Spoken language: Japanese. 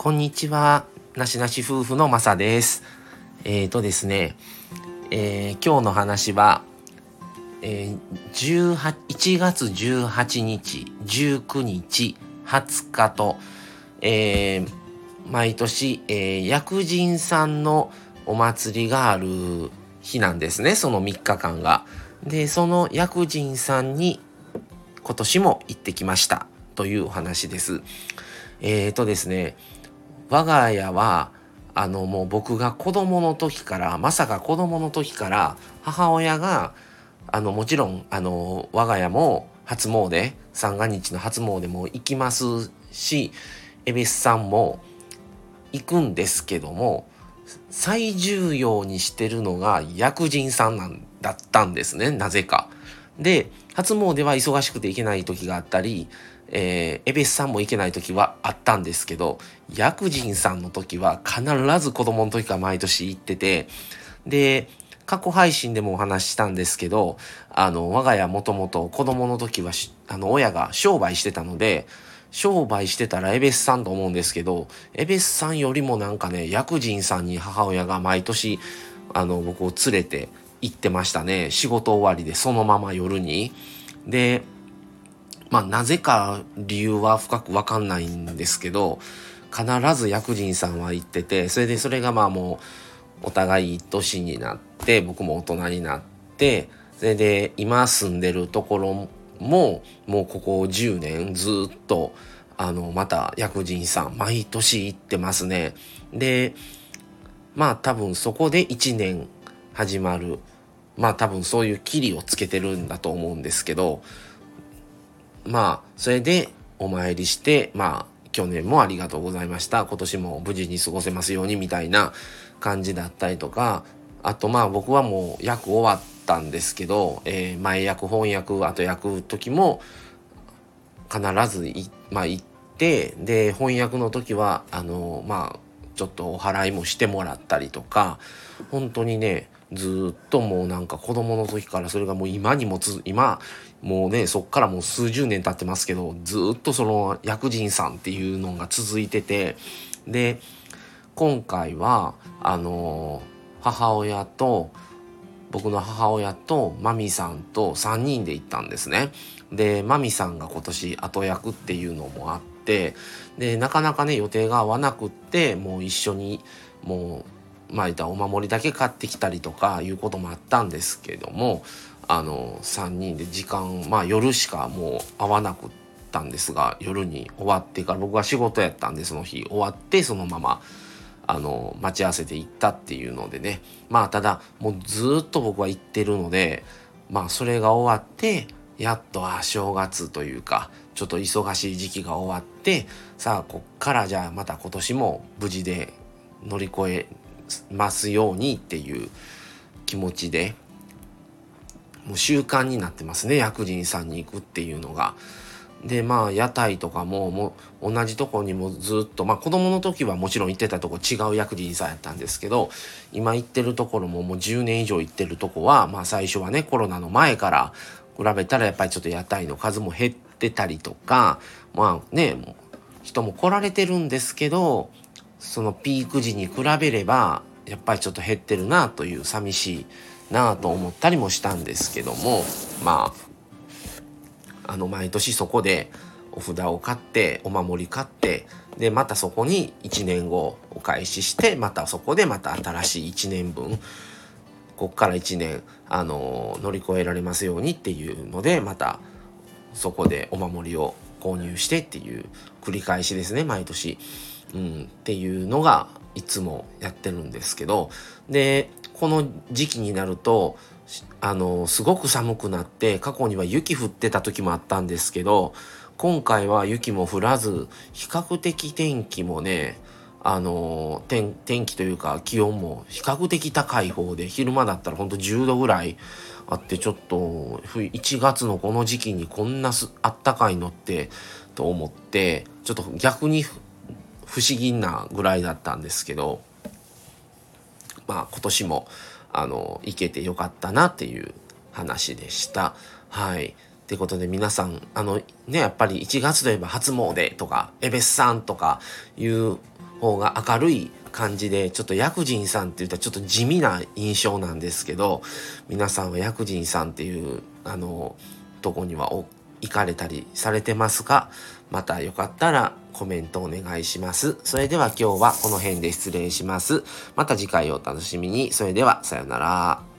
こんにちは。なしなし夫婦のまさです。ですね、今日の話は、1月18日、19日、20日と、毎年、薬神さんのお祭りがある日なんですね。その3日間が。で、その薬神さんに今年も行ってきましたというお話です。ですね、我が家はもう僕が子供の時からまさか子供の時から母親がもちろん我が家も初詣三が日の初詣も行きますし、恵比寿さんも行くんですけども、最重要にしてるのが薬神さんだったんですね、なぜか。で、初詣は忙しくて行けない時があったり、恵比寿さんも行けない時はあったんですけど、薬神さんの時は必ず子供の時から毎年行ってて、で、過去配信でもお話ししたんですけど、我が家もともと子供の時は親が商売してたので、商売してたら恵比寿さんと思うんですけど、恵比寿さんよりもなんかね、薬神さんに母親が毎年僕を連れて行ってましたね。仕事終わりでそのまま夜に。で、なぜか理由は深くわかんないんですけど、必ず薬神さんは行ってて、それがもうお互いいい年になって、僕も大人になって、それで今住んでるところももうここ10年ずっとまた薬神さん毎年行ってますね。で、多分そこで1年始まる。多分そういうキリをつけてるんだと思うんですけど、それでお参りして、去年もありがとうございました。今年も無事に過ごせますようにみたいな感じだったりとか、あと僕はもう役終わったんですけど、前役、翻訳、後役時も必ず行って、で、翻訳の時は、ちょっとお祓いもしてもらったりとか、本当にね、ずっともうなんか子供の時からそれがもう今もうね、そっからもう数十年経ってますけど、ずっとその薬神さんっていうのが続いてて、で、今回は僕の母親とマミさんと3人で行ったんですね。で、マミさんが今年後役っていうのもあって、で、なかなかね、予定が合わなくって、もう一緒に、もう、言ったらお守りだけ買ってきたりとかいうこともあったんですけども、3人で時間、夜しかもう合わなくったんですが、夜に終わってから僕は仕事やったんで、その日終わってそのまま待ち合わせて行ったっていうのでね。ただもうずっと僕は行ってるので、それが終わってやっと正月というかちょっと忙しい時期が終わって、さあこっからじゃあまた今年も無事で乗り越えますようにっていう気持ちで、もう習慣になってますね、薬神さんに行くっていうのが。で、屋台とかも同じとこにもずっと、子供の時はもちろん行ってたとこ違う薬神さんやったんですけど、今行ってるところももう10年以上行ってるとこは、最初はね、コロナの前から比べたらやっぱりちょっと屋台の数も減ってたりとか、人も来られてるんですけど、そのピーク時に比べれば、やっぱりちょっと減ってるなという、寂しいなと思ったりもしたんですけども、毎年そこでお札を買ってお守り買って、でまたそこに1年後お返しして、またそこでまた新しい1年分こっから1年乗り越えられますようにっていうので、またそこでお守りを購入してっていう繰り返しですね、毎年。っていうのがいつもやってるんですけど、でこの時期になるとすごく寒くなって、過去には雪降ってた時もあったんですけど、今回は雪も降らず、比較的天気もね、天気というか気温も比較的高い方で、昼間だったらほんと10度ぐらいあって、ちょっと1月のこの時期にこんなあったかいのってと思って、ちょっと逆に不思議なぐらいだったんですけど、今年も行けてよかったなっていう話でした。はい。ということで皆さんやっぱり1月といえば初詣とか恵比寿さんとかいう方が明るい感じで、ちょっと薬神さんって言ったらちょっと地味な印象なんですけど、皆さんは薬神さんっていうとこには行かれたりされてますか？またよかったらコメントお願いします。それでは今日はこの辺で失礼します。また次回お楽しみに。それではさようなら。